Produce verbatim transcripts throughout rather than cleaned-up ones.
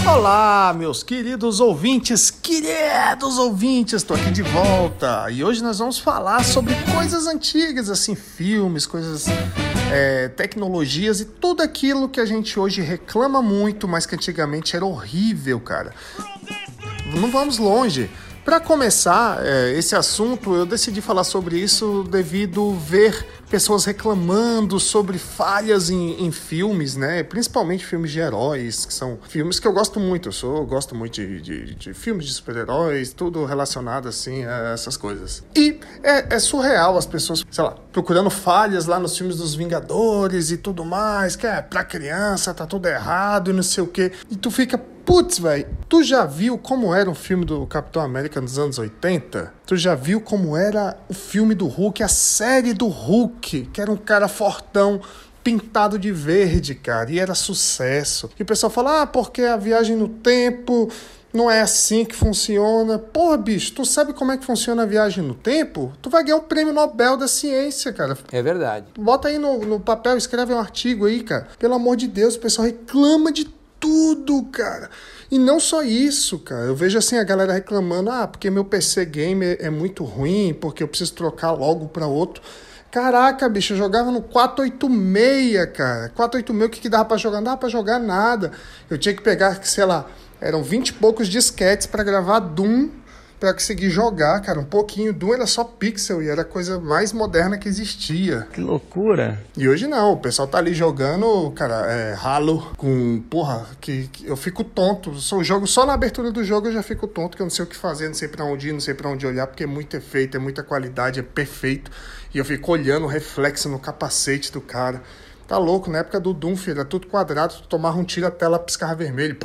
Olá, meus queridos ouvintes, queridos ouvintes, estou aqui de volta e hoje nós vamos falar sobre coisas antigas, assim, filmes, coisas, é, tecnologias e tudo aquilo que a gente hoje reclama muito, mas que antigamente era horrível, cara. Não vamos longe. Para começar é, esse assunto, eu decidi falar sobre isso devido ver pessoas reclamando sobre falhas em, em filmes, né? Principalmente filmes de heróis, que são filmes que eu gosto muito. Eu, sou, eu gosto muito de, de, de filmes de super-heróis, tudo relacionado assim a essas coisas. E é, é surreal as pessoas, sei lá, procurando falhas lá nos filmes dos Vingadores e tudo mais, que é pra criança, tá tudo errado e não sei o quê. E tu fica... Putz, velho, tu já viu como era um filme do Capitão América nos anos oitenta? Tu já viu como era o filme do Hulk, a série do Hulk, que era um cara fortão, pintado de verde, cara, e era sucesso. E o pessoal fala, ah, porque a viagem no tempo não é assim que funciona. Porra, bicho, tu sabe como é que funciona a viagem no tempo? Tu vai ganhar o prêmio Nobel da ciência, cara. É verdade. Bota aí no, no papel, escreve um artigo aí, cara. Pelo amor de Deus, o pessoal reclama de tudo, cara. E não só isso, cara. Eu vejo assim a galera reclamando, ah, porque meu P C gamer é muito ruim, porque eu preciso trocar logo para outro. Caraca, bicho, eu jogava no quatrocentos e oitenta e seis, cara. quatrocentos e oitenta e seis, o que que dava pra jogar? Não dava pra jogar nada. Eu tinha que pegar, sei lá, eram vinte e poucos disquetes pra gravar Doom, pra conseguir jogar, cara, um pouquinho. Doom era só pixel e era a coisa mais moderna que existia. Que loucura. E hoje não, o pessoal tá ali jogando, cara, é, Halo com, porra, que, que eu fico tonto. O jogo, só na abertura do jogo eu já fico tonto, que eu não sei o que fazer, não sei pra onde ir, não sei pra onde olhar, porque é muito efeito, é muita qualidade, é perfeito. E eu fico olhando o reflexo no capacete do cara. Tá louco, na época do Doom, filho, era tudo quadrado, tu tomava um tiro, a tela piscava vermelho.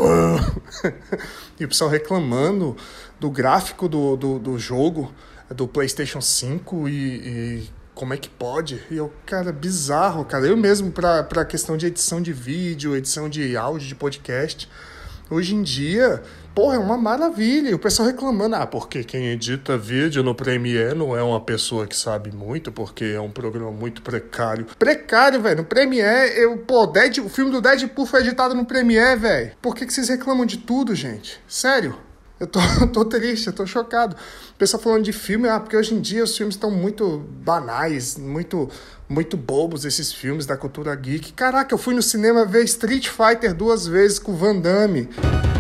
E o pessoal reclamando do gráfico do, do, do jogo, do PlayStation cinco e, e como é que pode? E eu, cara, bizarro, cara. Eu mesmo, pra, pra questão de edição de vídeo, edição de áudio, de podcast, hoje em dia, porra, é uma maravilha. E o pessoal reclamando, ah, porque quem edita vídeo no Premiere não é uma pessoa que sabe muito, porque é um programa muito precário. Precário, velho. No Premiere, eu, pô, Dead, o filme do Deadpool foi editado no Premiere, velho. Por que que vocês reclamam de tudo, gente? Sério? Eu tô, tô triste, eu tô chocado. O pessoal falando de filme, ah, porque hoje em dia os filmes estão muito banais, muito, muito bobos, esses filmes da cultura geek. Caraca, eu fui no cinema ver Street Fighter duas vezes com o Van Damme.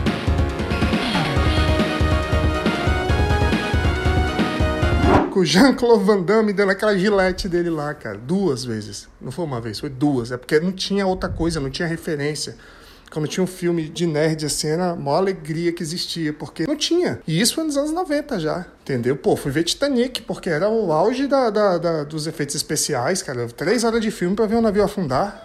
Com o Jean-Claude Van Damme dando aquela gilete dele lá, cara. Duas vezes. Não foi uma vez, foi duas. É porque não tinha outra coisa, não tinha referência. Quando tinha um filme de nerd, assim, era a maior alegria que existia, porque não tinha. E isso foi nos anos noventa já, entendeu? Pô, fui ver Titanic, porque era o auge da, da, da, dos efeitos especiais, cara. Três horas de filme pra ver um navio afundar.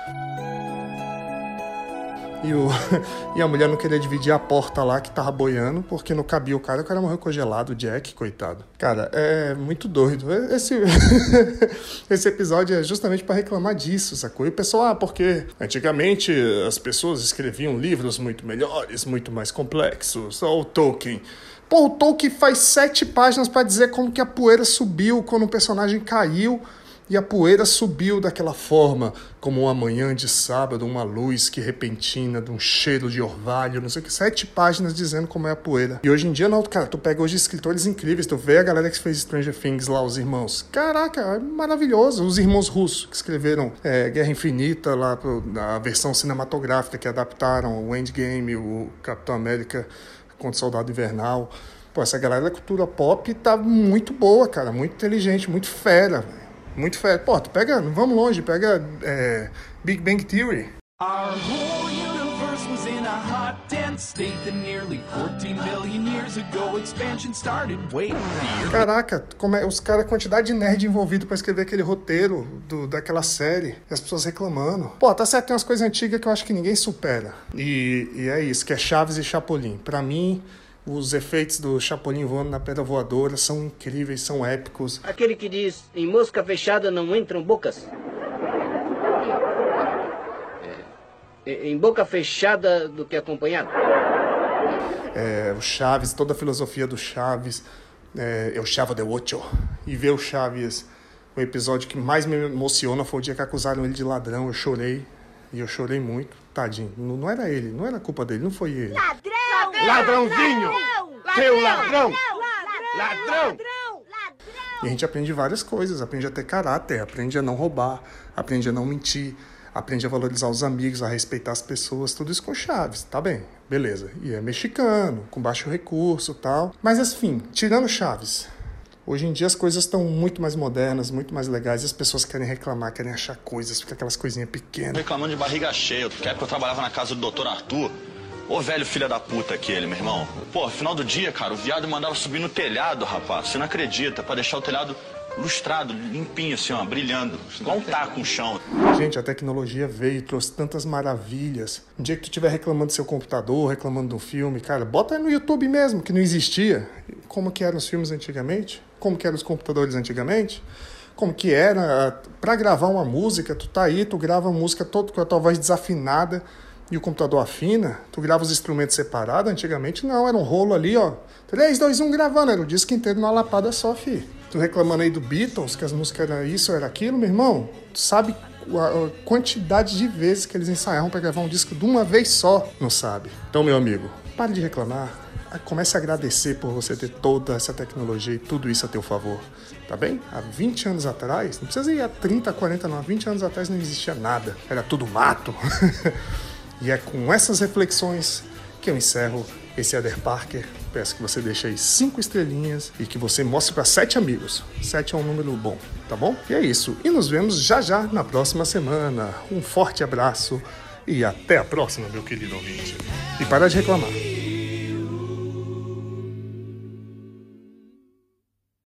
E, o, e a mulher não queria dividir a porta lá que tava boiando, porque não cabia o cara, o cara morreu congelado, o Jack, coitado. Cara, é muito doido. Esse, esse episódio é justamente para reclamar disso, sacou? E o pessoal, ah, porque antigamente as pessoas escreviam livros muito melhores, muito mais complexos, ou o Tolkien. Pô, o Tolkien faz sete páginas para dizer como que a poeira subiu quando o personagem caiu. E a poeira subiu daquela forma, como uma manhã de sábado, uma luz que repentina, de um cheiro de orvalho, não sei o que, sete páginas dizendo como é a poeira. E hoje em dia, não, cara, tu pega hoje escritores incríveis, tu vê a galera que fez Stranger Things lá, os irmãos. Caraca, é maravilhoso. Os irmãos russos, que escreveram é, Guerra Infinita, lá pro, na versão cinematográfica, que adaptaram o Endgame, o Capitão América contra o Soldado Invernal. Pô, essa galera da cultura pop tá muito boa, cara, muito inteligente, muito fera, velho. Muito fera. Pô, tu pega, não vamos longe, pega é, Big Bang Theory. Our whole universe was in a hot, dense state that nearly fourteen billion years ago expansion started. Wait, caraca, como é, os caras, a quantidade de nerd envolvido pra escrever aquele roteiro do, daquela série, e as pessoas reclamando. Pô, tá certo, tem umas coisas antigas que eu acho que ninguém supera. E, e é isso, que é Chaves e Chapolin. Pra mim, os efeitos do Chapolin voando na pedra voadora são incríveis, são épicos. Aquele que diz, em mosca fechada não entram bocas. É, em boca fechada do que acompanhado. É, o Chaves, toda a filosofia do Chaves, é, é o Chavo de Ocho. E ver o Chaves, o episódio que mais me emociona foi o dia que acusaram ele de ladrão, eu chorei. E eu chorei muito, tadinho. Não, não era ele, não era culpa dele, não foi ele. Ladrão! Ladrãozinho! Seu ladrão! Ladrão! E a gente aprende várias coisas, aprende a ter caráter, aprende a não roubar, aprende a não mentir, aprende a valorizar os amigos, a respeitar as pessoas, tudo isso com Chaves, tá bem, beleza. E é mexicano, com baixo recurso e tal. Mas assim, tirando Chaves, hoje em dia as coisas estão muito mais modernas, muito mais legais, e as pessoas querem reclamar, querem achar coisas, fica aquelas coisinhas pequenas. Reclamando de barriga cheia, que época eu trabalhava na casa do doutor Arthur. Ô velho filho da puta aquele, meu irmão. Pô, final do dia, cara, o viado mandava subir no telhado, rapaz. Você não acredita, pra deixar o telhado lustrado, limpinho assim, ó, brilhando. Igual um taco no chão. Gente, a tecnologia veio e trouxe tantas maravilhas. Um dia que tu estiver reclamando do seu computador, reclamando de um filme, cara, bota aí no YouTube mesmo, que não existia. Como que eram os filmes antigamente? Como que eram os computadores antigamente? Como que era? Pra gravar uma música, tu tá aí, tu grava a música toda com a tua voz desafinada, e o computador afina, tu grava os instrumentos separados. Antigamente não, era um rolo ali, ó, três, dois, um gravando, era o disco inteiro numa lapada só, fi. Tu reclamando aí do Beatles, que as músicas eram isso, era aquilo, meu irmão, tu sabe a quantidade de vezes que eles ensaiavam pra gravar um disco de uma vez só, não sabe? Então, meu amigo, pare de reclamar, comece a agradecer por você ter toda essa tecnologia e tudo isso a teu favor, tá bem? Há vinte anos atrás, não precisa ir há trinta, quarenta, não, há vinte anos atrás não existia nada, era tudo mato. E é com essas reflexões que eu encerro esse Eder Parker. Peço que você deixe aí cinco estrelinhas e que você mostre para sete amigos. Sete é um número bom, tá bom? E é isso. E nos vemos já já na próxima semana. Um forte abraço e até a próxima, meu querido ouvinte. E para de reclamar.